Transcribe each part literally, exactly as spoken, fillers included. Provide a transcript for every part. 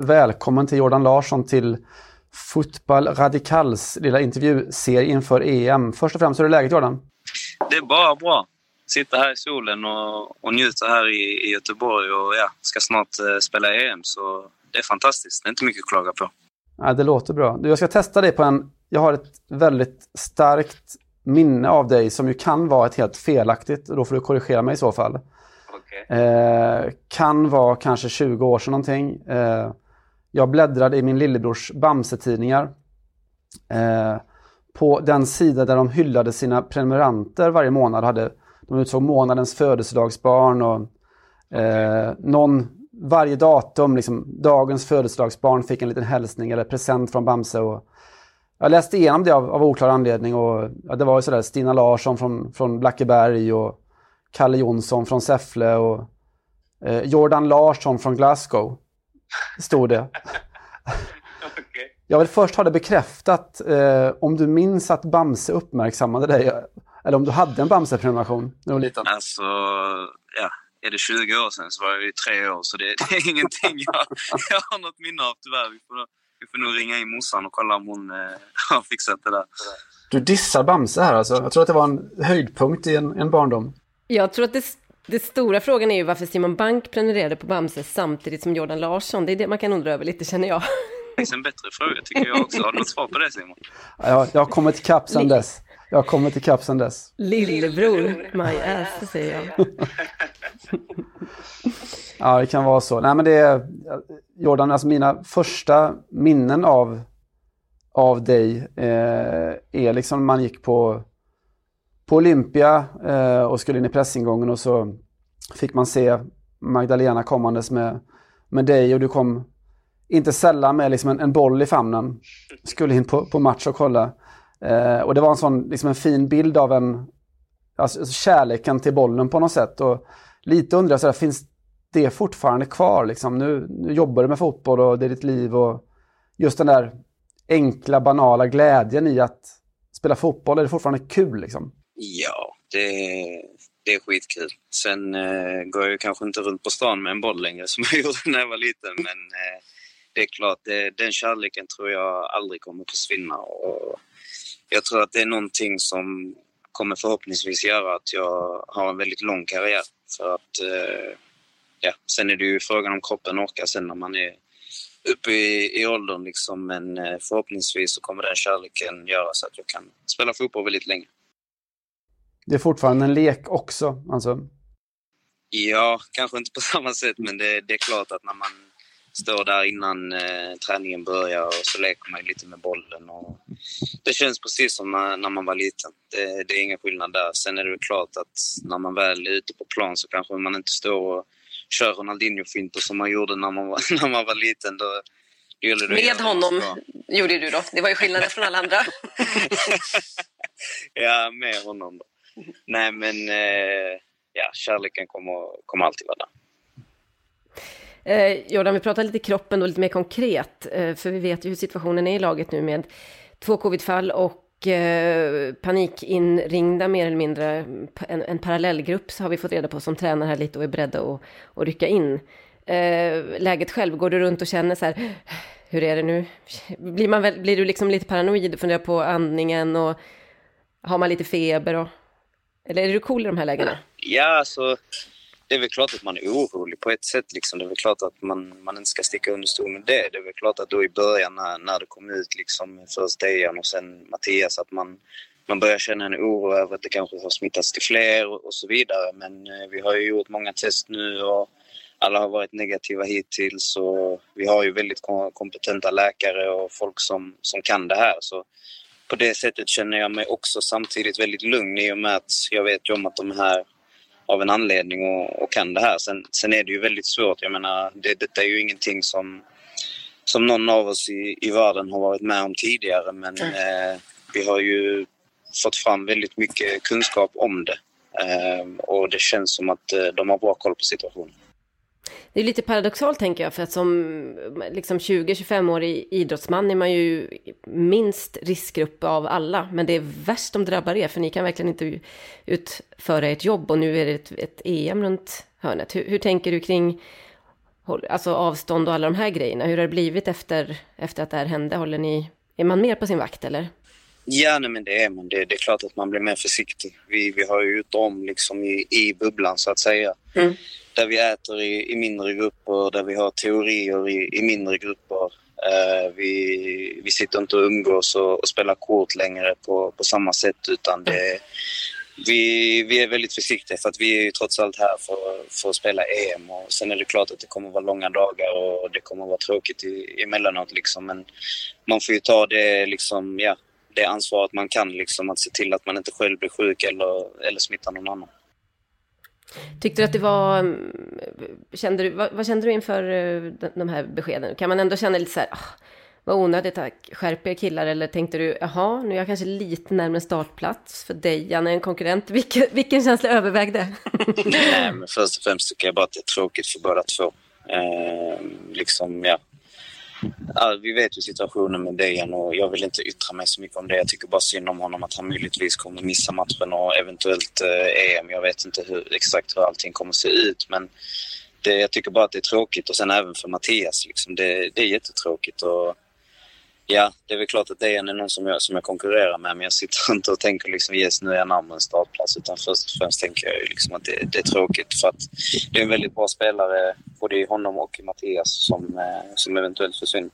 välkommen till Jordan Larsson till Fotboll Radicals lilla intervjuserie inför E M. Först och främst, hur är läget, Jordan? Det är bara bra. Sitter här i solen och, och njuter här i, i Göteborg och ja, ska snart uh, spela E M, så det är fantastiskt. Det är inte mycket att klaga på. Ja, det låter bra. Du, jag ska testa dig på en... Jag har ett väldigt starkt minne av dig som ju kan vara ett helt felaktigt. Då får du korrigera mig i så fall. Okay. Eh, kan vara kanske tjugo år sedan någonting. Eh, jag bläddrade i min lillebrors Bamse-tidningar. Eh, på den sida där de hyllade sina prenumeranter varje månad. Hade, de utsåg månadens födelsedagsbarn och eh, någon, varje datum, liksom, dagens födelsedagsbarn fick en liten hälsning eller present från Bamse. Och jag läste igenom det av, av oklar anledning och ja, det var ju sådär Stina Larsson från, från Blackeberg och Kalle Jonsson från Säffle och eh, Jordan Larsson från Glasgow, stod det. Okay. Jag vill först ha det bekräftat eh, om du minns att Bamse uppmärksammade dig, eller om du hade en Bamse-prenumeration när du var liten. Alltså, ja, är det tjugo år sedan så var jag ju tre år, så det, det är ingenting jag, jag har något minne av tyvärr. Vi får, vi får nog ringa in morsan och kolla om hon eh, har fixat det där. Du dissar Bamse här alltså. Jag tror att det var en höjdpunkt i en, en barndom. Jag tror att det, det stora frågan är ju varför Simon Bank prenumererade på Bamse samtidigt som Jordan Larsson. Det är det man kan undra över lite, känner jag. Det finns en bättre fråga tycker jag också. Har du något svar på det, Simon? Ja, jag har kommit till kapp sedan dess. Jag har kommit till kapp sedan dess. Lillebror, my ass, säger jag. Ja, det kan vara så. Nej, men det är Jordan, alltså mina första minnen av, av dig eh, är liksom man gick på på Olympia eh, och skulle in i pressingången och så fick man se Magdalena kommandes med, med dig och du kom inte sällan med liksom en, en boll i famnen. Skulle in på, på match och kolla. Eh, och det var en sån liksom en fin bild av en alltså, kärleken till bollen på något sätt. Och lite undrar jag, så där, finns det fortfarande kvar? Liksom? Nu, nu jobbar du med fotboll och det är ditt liv. Och just den där enkla, banala glädjen i att spela fotboll, är det fortfarande kul liksom? Ja, det, det är skitkul. Sen eh, går jag ju kanske inte runt på stan med en boll längre som jag gjorde när jag var liten. Men eh, det är klart, det, den kärleken tror jag aldrig kommer att försvinna. Och jag tror att det är någonting som kommer förhoppningsvis göra att jag har en väldigt lång karriär. För att, eh, ja, sen är det ju frågan om kroppen orkar sen när man är uppe i, i åldern. Liksom. Men eh, förhoppningsvis så kommer den kärleken göra så att jag kan spela fotboll väldigt länge. Det är fortfarande en lek också, alltså. Ja, kanske inte på samma sätt, men det, det är klart att när man står där innan eh, träningen börjar och så leker man lite med bollen. Och det känns precis som när, när man var liten. Det, det är ingen skillnad där. Sen är det klart att när man väl är ute på plan så kanske man inte står och kör Ronaldinho-finter som man gjorde när man var, när man var liten. Då, det med honom gjorde du då? Det var ju skillnaden från alla andra. Ja, med honom då. Nej, men eh, ja, kärleken kommer, kommer alltid vara där. Eh, Jordan, vi pratar lite kroppen och lite mer konkret. Eh, för vi vet ju hur situationen är i laget nu med två covidfall och eh, panikinringda mer eller mindre. En, en parallellgrupp så har vi fått reda på som tränar här lite och är beredda att, att rycka in. Eh, läget själv, går du runt och känner så här, hur är det nu? Blir, man väl, blir du liksom lite paranoid och funderar på andningen och har man lite feber och... Eller är du cool i de här lägena? Ja, alltså, det är väl klart att man är orolig på ett sätt. Liksom. Det är väl klart att man, man inte ska sticka under stol med det. Det är väl klart att då i början när, när det kom ut liksom, först Dejan och sen Mattias, att man, man börjar känna en oro över att det kanske har smittats till fler och, och så vidare. Men eh, vi har ju gjort många test nu och alla har varit negativa hittills. Och vi har ju väldigt kompetenta läkare och folk som, som kan det här. Så på det sättet känner jag mig också samtidigt väldigt lugn i och med att jag vet ju om att de här av en anledning och, och kan det här. Sen, sen är det ju väldigt svårt. Jag menar, det, detta är ju ingenting som, som någon av oss i, i världen har varit med om tidigare. Men eh, vi har ju fått fram väldigt mycket kunskap om det. Eh, och det känns som att eh, de har bra koll på situationen. Det är lite paradoxalt tänker jag, för att som liksom tjugo till tjugofem-årig idrottsman är man ju minst riskgrupp av alla. Men det är värst de drabbar er, för ni kan verkligen inte utföra ert jobb och nu är det ett, ett E M runt hörnet. Hur, hur tänker du kring alltså avstånd och alla de här grejerna? Hur har det blivit efter, efter att det här hände? Håller ni, är man mer på sin vakt eller? Ja, nej, men det är man. Det, det är klart att man blir mer försiktig. Vi, vi har ju gjort om liksom i, i bubblan så att säga. Mm. Där vi äter i, i mindre grupper, där vi har teorier i, i mindre grupper. Uh, vi, vi sitter inte och umgås och, och spelar kort längre på, på samma sätt, utan det, vi, vi är väldigt försiktiga för att vi är ju trots allt här för, för att spela E M, och sen är det klart att det kommer vara långa dagar och det kommer vara tråkigt i, emellanåt liksom, men man får ju ta det liksom, ja, det ansvaret man kan liksom, att se till att man inte själv blir sjuk eller, eller smittar någon annan. Tyckte du att det var, kände du, vad, vad kände du inför de här beskeden? Kan man ändå känna lite så här, ah, vad onödigt, skärper killar, eller tänkte du, jaha, nu är jag kanske lite närmare startplats för dig, Janne, en konkurrent. Vilken, vilken känsla övervägde? Nej, men först och främst tycker jag bara att det är tråkigt för båda två. Eh, liksom, ja. Ja, vi vet ju situationen med Dejan och jag vill inte yttra mig så mycket om det. Jag tycker bara synd om honom, att han möjligtvis kommer missa matchen och eventuellt eh, E M. Jag vet inte hur, exakt hur allting kommer se ut, men det, jag tycker bara att det är tråkigt. Och sen även för Mattias, liksom, det, det är jättetråkigt. Och ja, det är väl klart att Dejan är någon som jag, som jag konkurrerar med, men jag sitter inte och tänker liksom, yes, nu är jag närmare en startplats, utan först och främst tänker jag liksom att det, det är tråkigt för att det är en väldigt bra spelare både i honom och i Mattias som, eh, som eventuellt försvinner.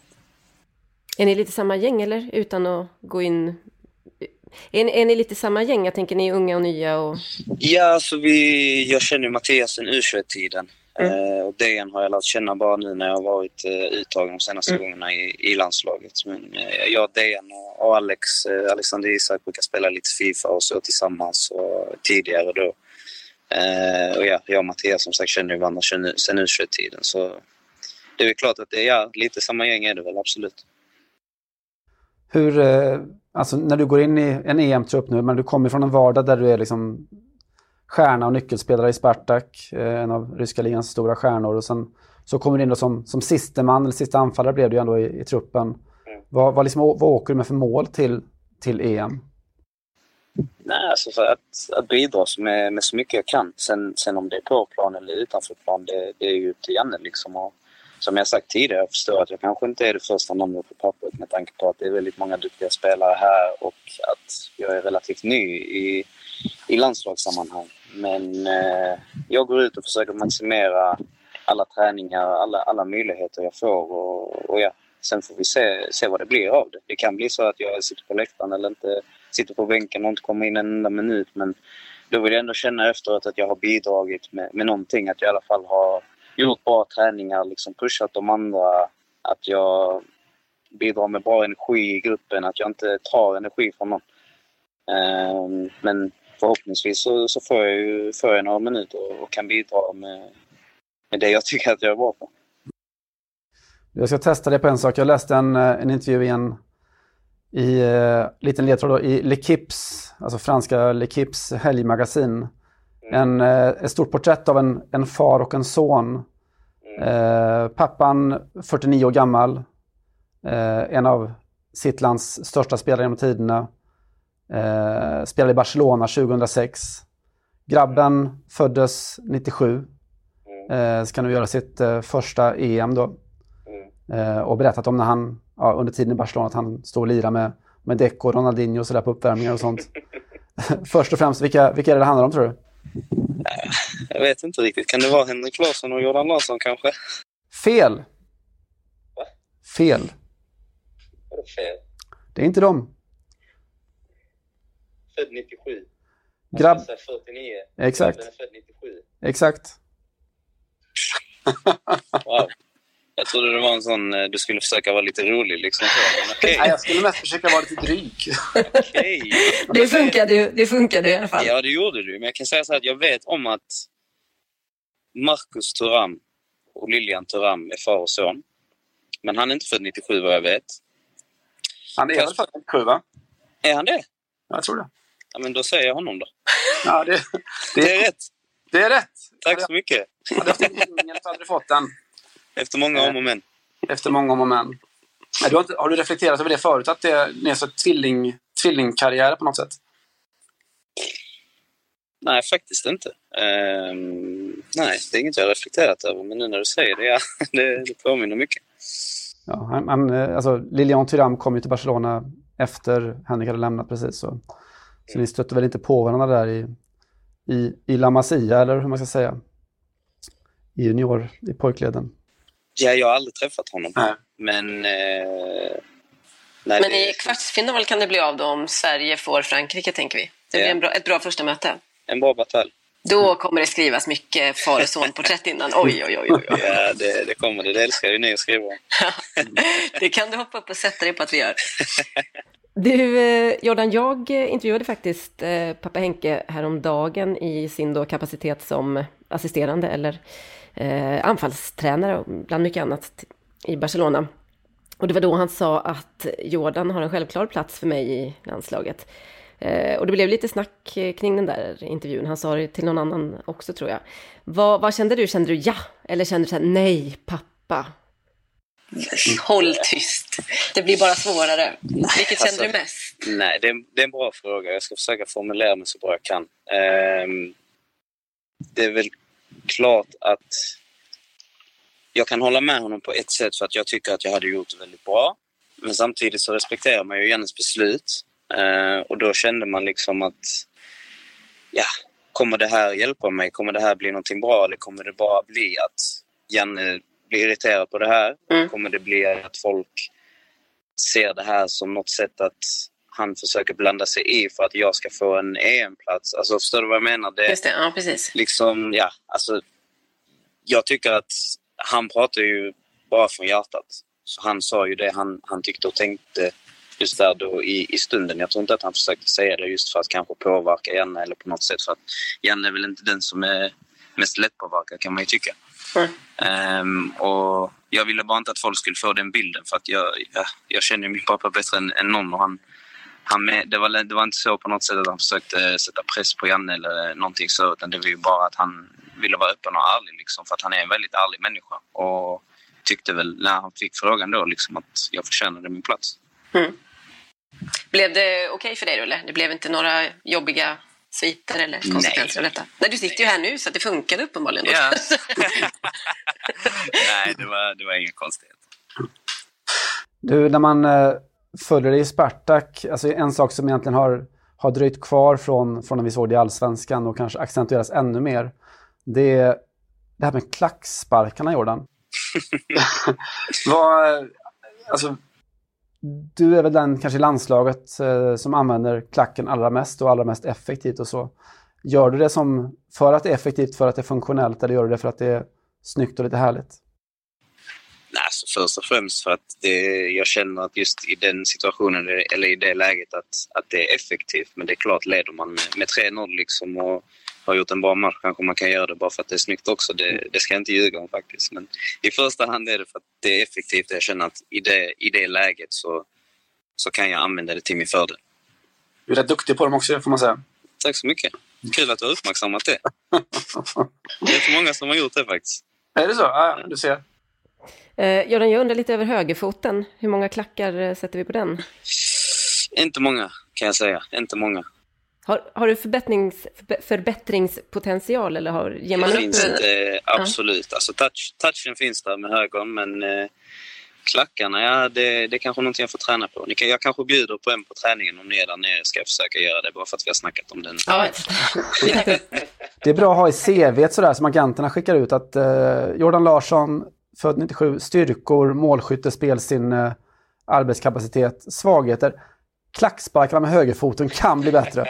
Är ni lite samma gäng eller? Utan att gå in... Är ni, är ni lite samma gäng? Jag tänker ni är unga och nya och... Ja, alltså vi... jag känner Mattias sen U tjugoett-tiden. Mm. Uh, och Dejan har jag lärt känna bara nu när jag har varit uh, uttagen de senaste mm. gångerna i, i landslaget. Men uh, jag, Dejan och, och Alex, uh, Alexander Isak brukar spela lite FIFA och så tillsammans och tidigare då. Uh, och ja, jag och Mattias som sagt känner varandra sen U tjugoett-tiden. Så det är väl klart att det är ja, lite samma gäng är det väl, absolut. Hur, alltså när du går in i en E M-trupp nu, men du kommer från en vardag där du är liksom stjärna och nyckelspelare i Spartak, en av ryska ligans stora stjärnor, och sen så kommer du in då som, som sista man, eller sista anfallare blev du ändå i, i truppen. Mm. Vad, vad, liksom, vad åker du med för mål till, till E M? Nej, alltså för att, att bidra med, med så mycket jag kan. Sen, sen om det är på plan eller utanför plan, det, det är ju till Janne liksom. Och som jag sagt tidigare, jag förstår att jag kanske inte är det första namnet på pappret med tanke på att det är väldigt många duktiga spelare här och att jag är relativt ny i, i landslagssammanhang. Men eh, jag går ut och försöker maximera alla träningar, alla, alla möjligheter jag får och, och ja, sen får vi se, se vad det blir av det. Det kan bli så att jag sitter på läktaren eller inte sitter på bänken och inte kommer in en enda minut, men då vill jag ändå känna efteråt att jag har bidragit med, med någonting, att jag i alla fall har gjort bra träningar, liksom pushat de andra, att jag bidrar med bra energi i gruppen, att jag inte tar energi från någon. Um, men förhoppningsvis så, så får jag ju får jag några minuter och kan bidra med, med det jag tycker att jag är bra på. Jag ska testa det på en sak. Jag läste en, en intervju i en i, uh, liten ledtråd då, i L'Equips, alltså franska L'Equips helgmagasin. En, ett stort porträtt av en, en far och en son. Eh, pappan, fyrtionio år gammal. Eh, en av sitt lands största spelare genom tiderna. Eh, spelade i Barcelona tjugohundrasex. Grabben föddes nittiosju. Eh, ska nu göra sitt eh, första E M då. Eh, och berättat om när han, ja, under tiden i Barcelona, att han stod och lirade med, med Deco, Ronaldinho och sådär på uppvärmningar och sånt. Först och främst, vilka, vilka är det det handlar om, tror du? Jag vet inte riktigt. Kan det vara Henrik Larsson och Jordan Larsson kanske? Fel. Va? Fel. Vad är det fel? Det är inte dem. Född nittiosju. Grabb. fyrtionio. Exakt. Den är född nittiosju. Exakt. Wow. Jag trodde det var en sån, du skulle försöka vara lite rolig liksom. Okay. Nej, jag skulle mest försöka vara lite dryg. Okay. Det funkade ju, det funkade i alla fall. Ja, det gjorde du. Men jag kan säga så här att jag vet om att Marcus Thuram och Lilian Thuram är far och son. Men han är inte född nittiosju vad jag vet. Han är väl född nittiosju, va? Är han det? Ja, jag tror det. Ja, men då säger jag honom då. Ja, det, det, det är rätt. Det är rätt. Tack så mycket. Hade jag fått ingen så hade du fått den. Efter många om och men. Efter många om och men. Du har, inte, har du reflekterat över det förut? Att det är så tvilling, tvillingkarriär på något sätt? Nej, faktiskt inte. Um, Nej, det är inget jag har reflekterat över, men nu när du säger det, ja, det, det påminner mycket. Ja, han, han, alltså, Lilian Thuram kom ju till Barcelona efter Henrik hade lämnat precis. Så, så ni stötte väl inte på varandra där i, i, i La Masia, eller hur man ska säga, i junior, i pojkleden. Ja, jag har aldrig träffat honom. Nej. Men, eh, nej, men i kvartsfinal kan det bli av då om Sverige får Frankrike, tänker vi. Det blir ja. en bra, ett bra första möte. En bra batalj. Då kommer det skrivas mycket far och son porträtt innan. Oj, oj, oj, oj. Ja, det, det kommer det. Det älskar ju ni att skriva. Det kan du hoppa upp och sätta dig på att vi gör. Du, Jordan, jag intervjuade faktiskt pappa Henke häromdagen i sin då kapacitet som assisterande eller eh, anfallstränare och bland mycket annat i Barcelona. Och det var då han sa att Jordan har en självklar plats för mig i landslaget. Eh, och det blev lite snack kring den där intervjun. Han sa det till någon annan också, tror jag. Vad, vad kände du? Kände du ja? Eller kände du så här, nej, pappa? Håll tyst. Det blir bara svårare. Vilket kände alltså, du mest? Nej, det är, det är en bra fråga. Jag ska försöka formulera mig så bra jag kan. Um, det är väl klart att jag kan hålla med honom på ett sätt, för att jag tycker att jag hade gjort det väldigt bra. Men samtidigt så respekterar man ju Jannes beslut. Uh, och då kände man liksom att ja, kommer det här hjälpa mig? Kommer det här bli någonting bra? Eller kommer det bara bli att Janne blir irriterad på det här? Mm. Kommer det bli att folk ser det här som något sätt att han försöker blanda sig i för att jag ska få en E M-plats? Alltså, förstår du vad jag menar? Det, Just det, ja, precis. Liksom, ja, alltså, jag tycker att han pratar ju bara från hjärtat. Så han sa ju det han, han tyckte och tänkte just där då i, i stunden. Jag tror inte att han försökte säga det just för att kanske påverka Janne eller på något sätt. För att Janne är väl inte den som är mest lättpåverkad, kan man ju tycka. Mm. Um, och jag ville bara inte att folk skulle få den bilden, för att jag, jag, jag känner min pappa bättre än, än någon, och han, han med, det, var, det var inte så på något sätt att han försökte sätta press på Janne eller någonting så, utan det var ju bara att han ville vara öppen och ärlig liksom, för att han är en väldigt ärlig människa, och tyckte väl när han fick frågan då liksom att jag förtjänade min plats. Mm. Blev det okej okay för dig då, eller? Det blev inte några jobbiga sviter eller konsekvenser av detta? Nej, du sitter ju här nu så att det funkade uppenbarligen. Ja. Nej, det var, det var ingen konstighet. Du, när man eh, följer dig i Spartak, alltså en sak som egentligen har, har dröjt kvar från, från när vi såg det i Allsvenskan och kanske accentueras ännu mer, det är det här med klacksparkarna, Jordan. Vad, alltså... Du är väl den kanske i landslaget eh, som använder klacken allra mest och allra mest effektivt och så. Gör du det som för att det är effektivt, för att det är funktionellt, eller gör du det för att det är snyggt och lite härligt? Nej, så först och främst för att det, jag känner att just i den situationen eller i det läget att, att det är effektivt. Men det är klart, leder man med, med tre noll liksom och har gjort en bra match, kanske man kan göra det bara för att det är snyggt också. Det, det ska jag inte ljuga om faktiskt. Men i första hand är det för att det är effektivt. Jag känner att i det, i det läget så, så kan jag använda det till min fördel. Du är rätt duktig på dem också, får man säga. Tack så mycket. Kul att du har uppmärksammat det. Det är inte många som har gjort det faktiskt. Är det så? Ja, du ser. Eh, Jordan, jag undrar lite över högerfoten. Hur många klackar sätter vi på den? Inte många, kan jag säga. Inte många. Har, har du förbättrings, förbättringspotential eller har, ger man det upp? Finns det, absolut. Ja. Alltså touch, touchen finns där med högern, men eh, klackarna, ja, det, det är kanske någonting jag får träna på. Ni kan, jag kanske bjuder på en på träningen om ni är där nere, ska jag försöka göra det bara för att vi har snackat om den. Ja. Det är bra att ha i C V:t sådär som agenterna skickar ut att eh, Jordan Larsson, född nittiosju, styrkor, målskytte, spelsinne, arbetskapacitet, svagheter. Klacksparkarna med högerfoten kan bli bättre.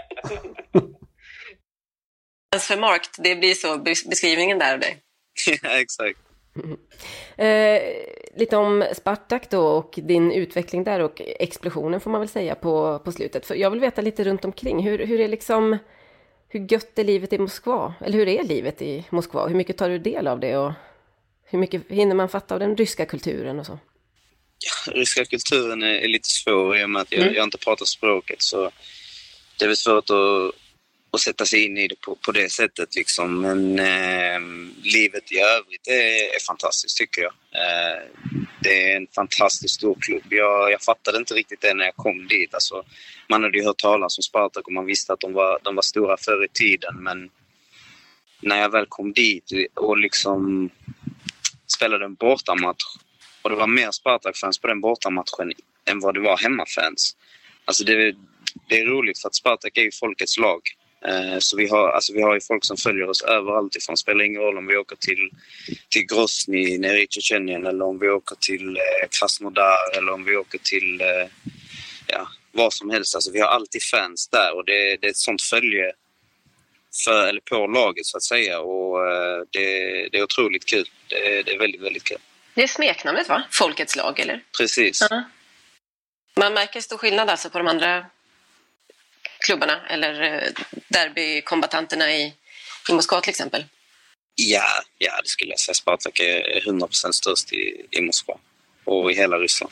Förmarkt, det blir så beskrivningen där av dig. Ja, exakt. Mm. Eh, lite om Spartak då och din utveckling där och explosionen får man väl säga på, på slutet. För jag vill veta lite runt omkring. Hur, hur är liksom, hur gött är livet i Moskva? Eller hur är livet i Moskva? Hur mycket tar du del av det och hur mycket hinner man fatta av den ryska kulturen och så? Ja, ryska kulturen är, är lite svår i och med att jag, mm. jag inte pratar språket, så det är väl svårt att, att sätta sig in i det på, på det sättet liksom. Men eh, livet i övrigt är, är fantastiskt tycker jag. Eh, det är en fantastiskt stor klubb. Jag, jag fattade inte riktigt det när jag kom dit. Alltså, man hade ju hört talas om Spartak och man visste att de var, de var stora förr i tiden, men när jag väl kom dit och liksom spelade en bortamatch, och det var mer Spartak-fans på den bortamatchen än vad det var hemmafans. Alltså det, det är roligt för att Spartak är ju folkets lag. Eh, så vi har, alltså vi har ju folk som följer oss överallt ifrån. Det spelar ingen roll om vi åker till, till Grozny nere i Tjetjenien, eller om vi åker till eh, Krasnodar, eller om vi åker till eh, ja, vad som helst. Alltså vi har alltid fans där, och det, det är ett sånt följe för, eller på laget så att säga, och eh, det, det är otroligt kul. Det, det är väldigt, väldigt kul. Det är smeknamnet, va? Folkets lag, eller? Precis. Uh-huh. Man märker stor skillnad alltså på de andra klubbarna, eller derbykombatanterna i, i Moskva till exempel? Ja, ja, det skulle jag säga. Spartak är hundra procent störst i, i Moskva och i hela Ryssland.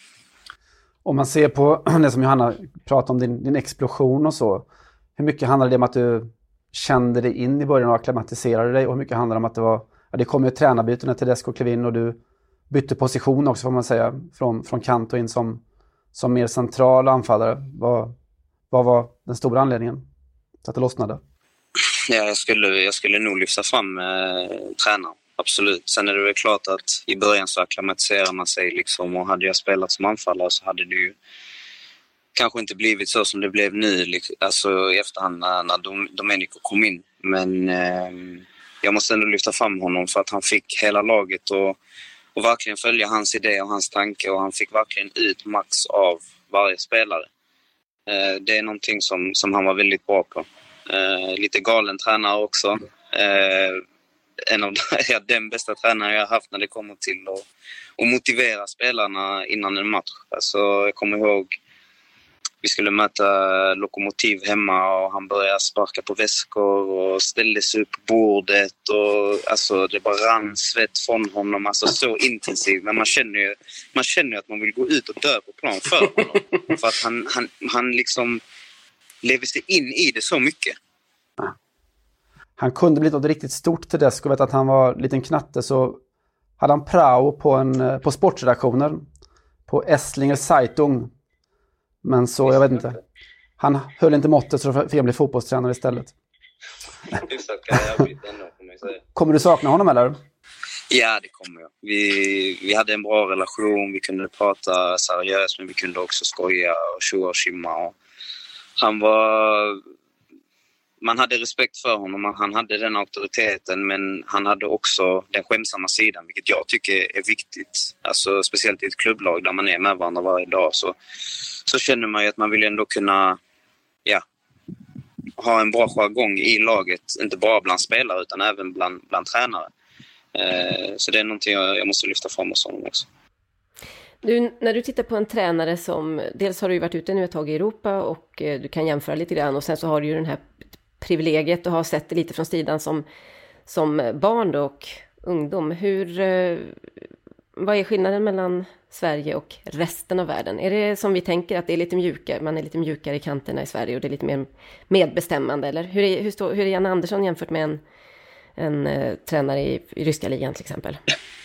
Om man ser på det som Johanna pratade om, din, din explosion och så. Hur mycket handlar det om att du kände dig in i början och akklimatiserade dig? Och hur mycket handlar det om att det var... Ja, det kom ju ett tränarbyte när Tedesco klev in och du bytte position också, får man säga. Från, från kant och in som, som mer central anfallare. Vad, vad var den stora anledningen till att det lossnade? Ja, jag skulle, jag skulle nog lyfta fram eh, tränaren. Absolut. Sen är det väl klart att i början så akklimatiserar man sig liksom, och hade jag spelat som anfallare så hade det ju kanske inte blivit så som det blev nu, alltså i efterhand när, när Dom, Domenico kom in. Men eh, jag måste ändå lyfta fram honom för att han fick hela laget och, och verkligen följa hans idé och hans tanke, och han fick verkligen ut max av varje spelare. Eh, det är någonting som, som han var väldigt bra på. Eh, lite galen tränare också. Eh, en av ja, den bästa tränare jag har haft när det kommer till att, att motivera spelarna innan en match. Alltså, jag kommer ihåg vi skulle möta Lokomotiv hemma och han började sparka på väskor och ställde sig upp på bordet, och alltså det bara rann svett från honom, alltså så intensivt, men man känner ju man känner ju att man vill gå ut och dö på plan för honom, för att han, han, han liksom lever sig in i det så mycket. Han kunde bli något riktigt stort till dess. Jag vet att han var en liten knatte, så hade han prao på, en, på sportredaktionen på Esslinger Zeitung. Men så, jag vet inte. Han höll inte måttet, så fick han bli fotbollstränare istället. Kommer du sakna honom eller? Ja, det kommer jag. Vi, vi hade en bra relation, vi kunde prata seriöst, men vi kunde också skoja och tjoa och skimma. Och han var... Man hade respekt för honom, han hade den auktoriteten, men han hade också den skämsamma sidan, vilket jag tycker är viktigt. Alltså speciellt i ett klubblag där man är med varandra varje dag, så, så känner man ju att man vill ändå kunna ja, ha en bra jargong i laget, inte bara bland spelare utan även bland, bland tränare. Eh, så det är någonting jag, jag måste lyfta fram hos honom också. Du, när du tittar på en tränare som, dels har du ju varit ute nu ett tag i Europa och eh, du kan jämföra lite grann, och sen så har du ju den här privilegiet att ha sett det lite från sidan som, som barn då och ungdom. Hur, eh, vad är skillnaden mellan Sverige och resten av världen? Är det som vi tänker att det är lite mjukare, man är lite mjukare i kanterna i Sverige och det är lite mer medbestämmande, eller hur är, hur står, hur är Janne Andersson jämfört med en, en eh, tränare i, i ryska ligan till exempel?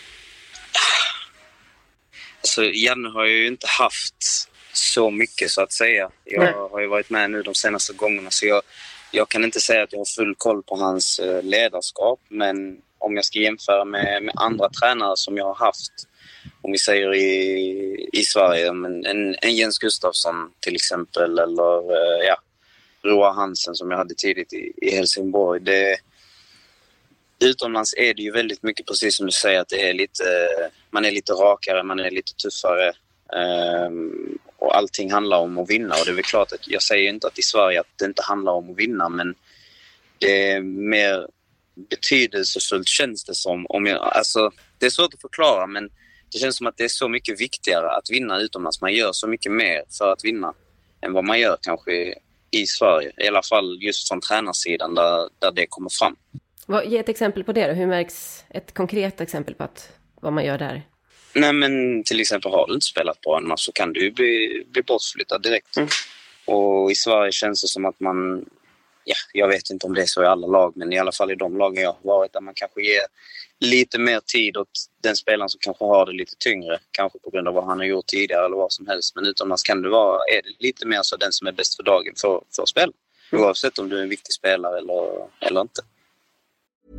Alltså, Janne har ju inte haft så mycket så att säga. Jag Nej. har ju varit med nu de senaste gångerna, så jag, jag kan inte säga att jag har full koll på hans eh, ledarskap, men om jag ska jämföra med, med andra tränare som jag har haft, om vi säger i, i Sverige, men en, en Jens Gustafsson till exempel, eller eh, ja, Roa Hansen som jag hade tidigt i, i Helsingborg. Det, utomlands är det ju väldigt mycket, precis som du säger, att det är lite, man är lite rakare, man är lite tuffare. Um, och allting handlar om att vinna, och det är väl klart att jag säger inte att i Sverige att det inte handlar om att vinna, men det är mer betydelsefullt känns det som. Om jag, alltså, det är svårt att förklara, men det känns som att det är så mycket viktigare att vinna utomlands. Man gör så mycket mer för att vinna än vad man gör kanske i Sverige, i alla fall just från tränarsidan där, där det kommer fram. Ge ett exempel på det då. Hur märks ett konkret exempel på att, vad man gör där? Nej, men till exempel har du inte spelat bra en match så kan du bli, bli bortflyttad direkt. Mm. Och i Sverige känns det som att man, ja, jag vet inte om det är så i alla lag, men i alla fall i de lagen jag har varit, där man kanske ger lite mer tid åt den spelaren som kanske har det lite tyngre, kanske på grund av vad han har gjort tidigare eller vad som helst. Men utomlands kan det vara, är det lite mer så den som är bäst för dagen för, för att spela. Mm. Oavsett om du är en viktig spelare eller, eller inte.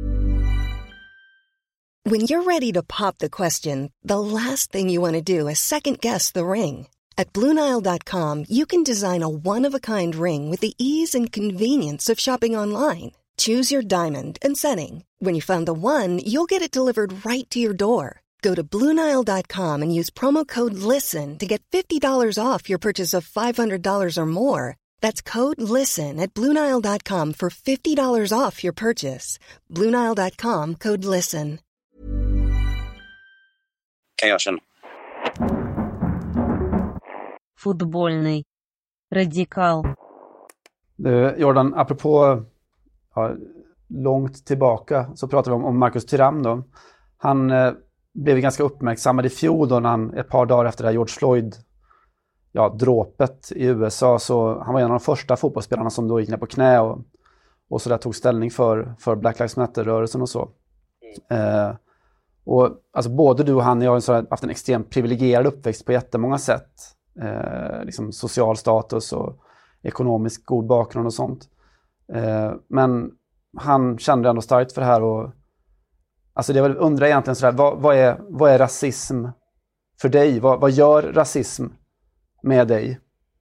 When you're ready to pop the question, the last thing you want to do is second-guess the ring. At Blue Nile dot com, you can design a one-of-a-kind ring with the ease and convenience of shopping online. Choose your diamond and setting. When you find the one, you'll get it delivered right to your door. Go to Blue Nile dot com and use promo code LISTEN to get fifty dollars off your purchase of five hundred dollars or more. That's code LISTEN at Blue Nile dot com for fifty dollars off your purchase. Blue Nile dot com, code LISTEN. Kan jag känna. Футбольный. Радикал. Du, Jordan, apropå ja, långt tillbaka så pratar vi om, om Marcus Thuram då. Han eh, blev ganska uppmärksammad i fjol då när han ett par dagar efter det här George Floyd ja, dråpet i U S A, så han var en av de första fotbollsspelarna som då gick ner på knä och, och så där tog ställning för, för Black Lives Matter-rörelsen och så. Eh, och alltså både du och han har så haft en extremt privilegierad uppväxt på jättemånga sätt. Eh, liksom social status och ekonomisk god bakgrund och sånt. Eh, men han kände ändå starkt för det här och alltså det jag undrar egentligen sådär, vad, vad, är, vad är rasism för dig? Vad, vad gör rasism med dig?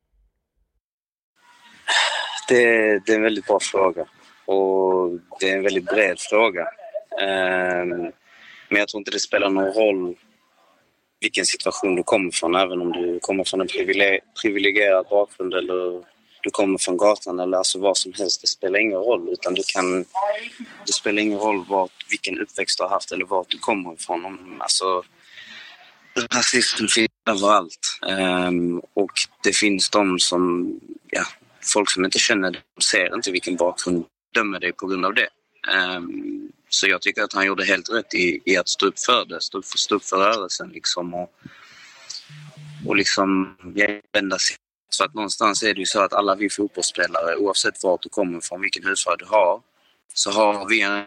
Det, det är en väldigt bra fråga. Och det är en väldigt bred fråga. Um, men jag tror inte det spelar någon roll vilken situation du kommer från. Även om du kommer från en privile- privilegierad bakgrund eller du kommer från gatan eller alltså vad som helst. Det spelar ingen roll. Utan du kan, det spelar ingen roll vart, vilken uppväxt du har haft eller vart du kommer ifrån. Om, alltså, rasism finns överallt. Um, och det finns de som, ja, folk som inte känner det, de ser inte vilken bakgrund dömer dig på grund av det. Um, så jag tycker att han gjorde helt rätt i, i att stå upp för det, stå upp för, stå upp för rörelsen liksom och, och liksom vända sig. Så att någonstans är det ju så att alla vi fotbollsspelare, oavsett vart du kommer från, vilken hudfärg du har, så har vi en,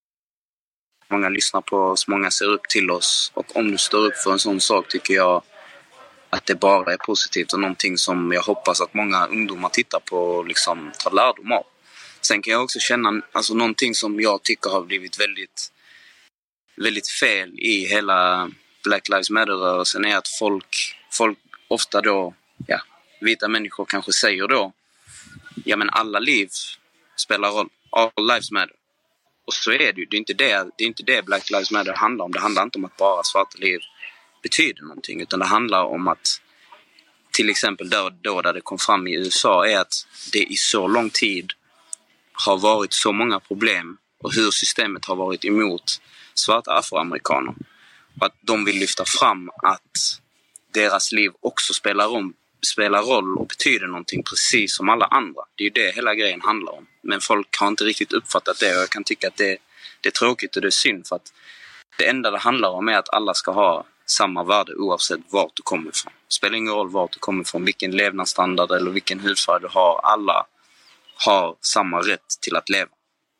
många lyssnar på oss, många ser upp till oss, och om du står upp för en sån sak tycker jag att det bara är positivt och någonting som jag hoppas att många ungdomar tittar på och liksom tar lärdom av. Sen kan jag också känna, alltså någonting som jag tycker har blivit väldigt, väldigt fel i hela Black Lives Matter-rörelsen är att folk, folk ofta då, ja, vita människor kanske säger då, ja men alla liv spelar roll, all lives matter. Och så är det ju, det är inte det, det är inte det Black Lives Matter handlar om. Det handlar inte om att bara svarta liv betyder någonting, utan det handlar om att till exempel då, då där det kom fram i U S A är att det i så lång tid har varit så många problem och hur systemet har varit emot svarta afroamerikaner. Och att de vill lyfta fram att deras liv också spelar, om, spelar roll och betyder någonting precis som alla andra. Det är ju det hela grejen handlar om. Men folk har inte riktigt uppfattat det och jag kan tycka att det, det är tråkigt och det är synd, för att det enda det handlar om är att alla ska ha samma värde oavsett vart du kommer ifrån. Det spelar ingen roll vart du kommer ifrån, vilken levnadsstandard eller vilken hudfärg du har. Alla har samma rätt till att leva.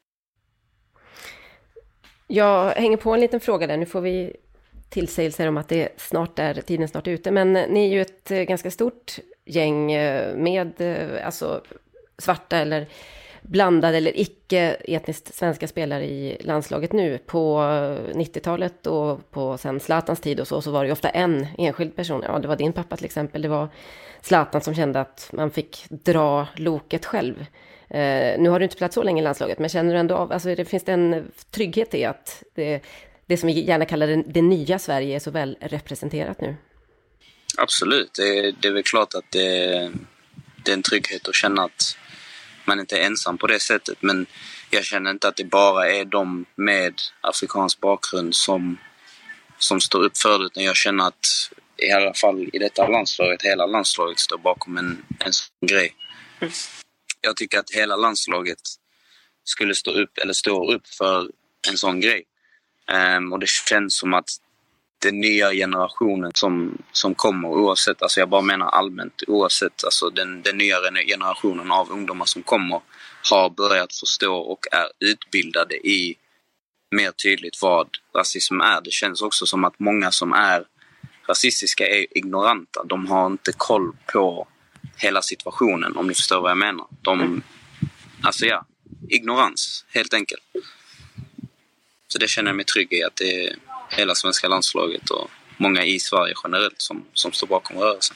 Jag hänger på en liten fråga där. Nu får vi tillsägelser om att det snart är, tiden snart är ute. Men ni är ju ett ganska stort gäng med alltså, svarta eller blandade eller icke-etniskt svenska spelare i landslaget nu. På nittiotalet och på sen Zlatans tid och så, så var det ju ofta en enskild person. Ja, det var din pappa till exempel. Det var Zlatan som kände att man fick dra loket själv. Eh, nu har du inte spelat så länge i landslaget, men känner du ändå av, alltså det finns det en trygghet i att det, det som vi gärna kallar det, det nya Sverige är så väl representerat nu? Absolut, det, det är väl klart att det, det är en trygghet att känna att man inte är ensam på det sättet, men jag känner inte att det bara är de med afrikansk bakgrund som, som står upp för det, utan jag känner att i alla fall i detta landslaget, hela landslaget står bakom en, en sån grej. Mm. Jag tycker att hela landslaget skulle stå upp eller stå upp för en sån grej. Um, och det känns som att den nya generationen som, som kommer, oavsett, alltså jag bara menar allmänt, oavsett, alltså den, den nya generationen av ungdomar som kommer har börjat förstå och är utbildade i mer tydligt vad rasism är. Det känns också som att många som är rasistiska är ignoranta. De har inte koll på hela situationen, om ni förstår vad jag menar. De, alltså ja, ignorans, helt enkelt. Så det känner jag mig trygg i, att det är hela svenska landslaget och många i Sverige generellt som, som står bakom rörelsen.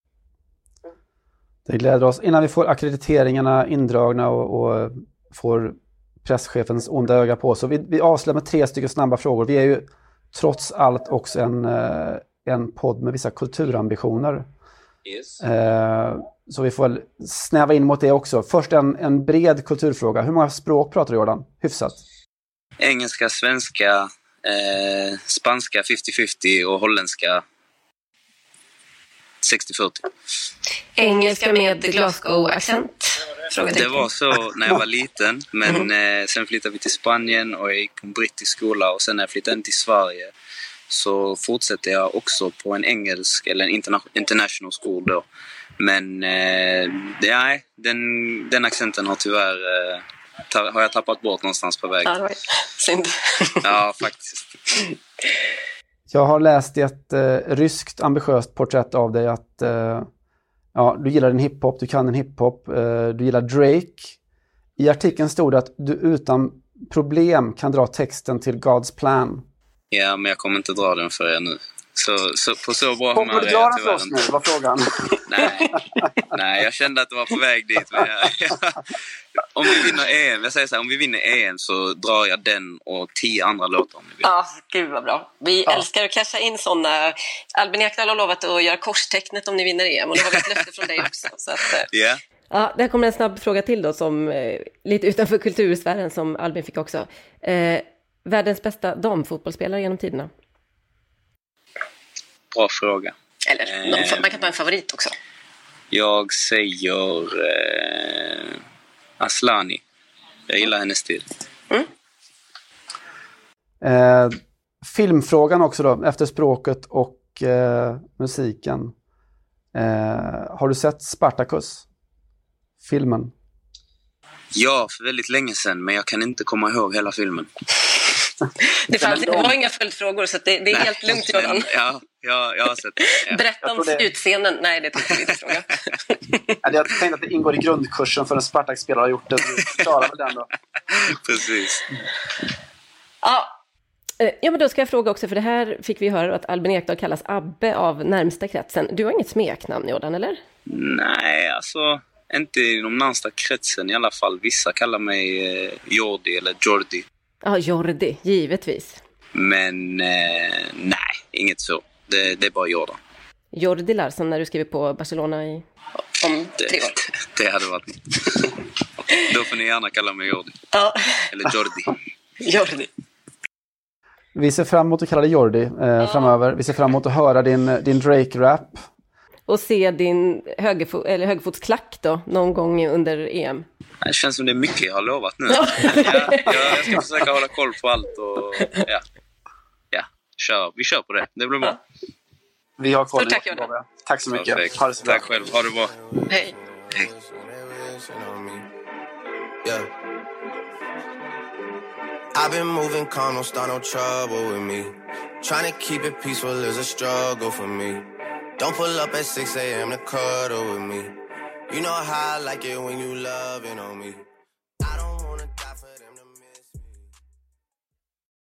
Det gläder oss. Innan vi får akkrediteringarna indragna och, och får presschefens onda öga på, så vi, vi avslutar med tre stycken snabba frågor. Vi är ju trots allt också en, en podd med vissa kulturambitioner. Yes. Eh, så vi får snäva in mot det också. Först en, en bred kulturfråga. Hur många språk pratar du, Jordan? Hyfsat. Engelska, svenska, eh, spanska femtio femtio och holländska sextio fyrtio. Engelska med Glasgow-accent? Det var så när jag var liten, men eh, sen flyttade vi till Spanien och jag gick på en brittisk skola, och sen när jag flyttade in till Sverige så fortsätter jag också på en engelsk eller en interna- international school då. Men eh, det, nej, den, den accenten har tyvärr eh, ta, har jag tappat bort någonstans på väg. Ja, det var synd. Ja, faktiskt. Jag har läst ett eh, ryskt ambitiöst porträtt av dig att eh, ja, du gillar en hiphop, du kan en hiphop, eh, du gillar Drake. I artikeln stod det att du utan problem kan dra texten till God's Plan. Ja, men jag kommer inte dra den för er nu. Så, så, på så bra humör är jag tyvärr oss inte. Nu, var frågan. Nej, nej, jag kände att det var på väg dit. Men jag, jag, om vi vinner E M, jag säger så här, om vi vinner E M så drar jag den och tio andra låtar om ni vill. Ja, gud vad bra. Vi ja. älskar att casha in sådana. Albin Ekdal har lovat att göra korstecknet om ni vinner E M, och det har vi ett löfte från dig också. Så att, yeah. Ja, det kommer en snabb fråga till då, som eh, lite utanför kultursfären, som Albin fick också. Eh, världens bästa damfotbollsspelare genom tiderna? Bra fråga. Eller eh, man kan ta en favorit också. Jag säger eh, Aslani. Jag gillar hennes stil. Mm. Eh, filmfrågan också då, efter språket och eh, musiken. Eh, har du sett Spartacus? Filmen? Ja, för väldigt länge sedan, men jag kan inte komma ihåg hela filmen. Det, fanns, det var inga följdfrågor, så det, det är Nej, helt lugnt, Jordan. Ja, ja, jag har sett det. Ja. Berätta om det... utscenen. Nej, det tyckte vi inte fråga. Jag tänkte att det ingår i grundkursen för en Spartak-spelare har gjort det. Du klarar väl den då? Precis. Ja. Ja, men då ska jag fråga också, för det här fick vi höra att Albin Ekdal kallas Abbe av närmsta kretsen. Du har inget smeknamn, Jordan, eller? Nej, alltså inte i de närmsta kretsen i alla fall. Vissa kallar mig eh, Jordi eller Jordi. Ja, Jordi, givetvis. Men eh, nej, inget så. Det, det är bara Jordan. Jordi Larsson när du skriver på Barcelona i... om det, tre år. Det, det hade varit något. Då får ni gärna kalla mig Jordi. Ja. Eller Jordi. Jordi. Vi ser fram emot att kalla dig Jordi eh, ja. framöver. Vi ser fram emot att höra din, din Drake-rap. Och se din högerfo- eller högerfotsklack då, någon gång under E M. Det känns som det är mycket jag har lovat nu. ja, jag, jag ska försöka hålla koll på allt och ja, ja kör. Vi kör på det. Det blir bra. Ja. Vi har koll. Tack, tack så mycket. Perfekt. Ha det så bra. Tack själv. Ha det bra. Hej. Hej. Yeah. I've been moving calm, don't start no trouble with me. Trying to keep it peaceful is a struggle for me. Don't pull up at six a.m. to cuddle with me. You know how I like it when you loving on me.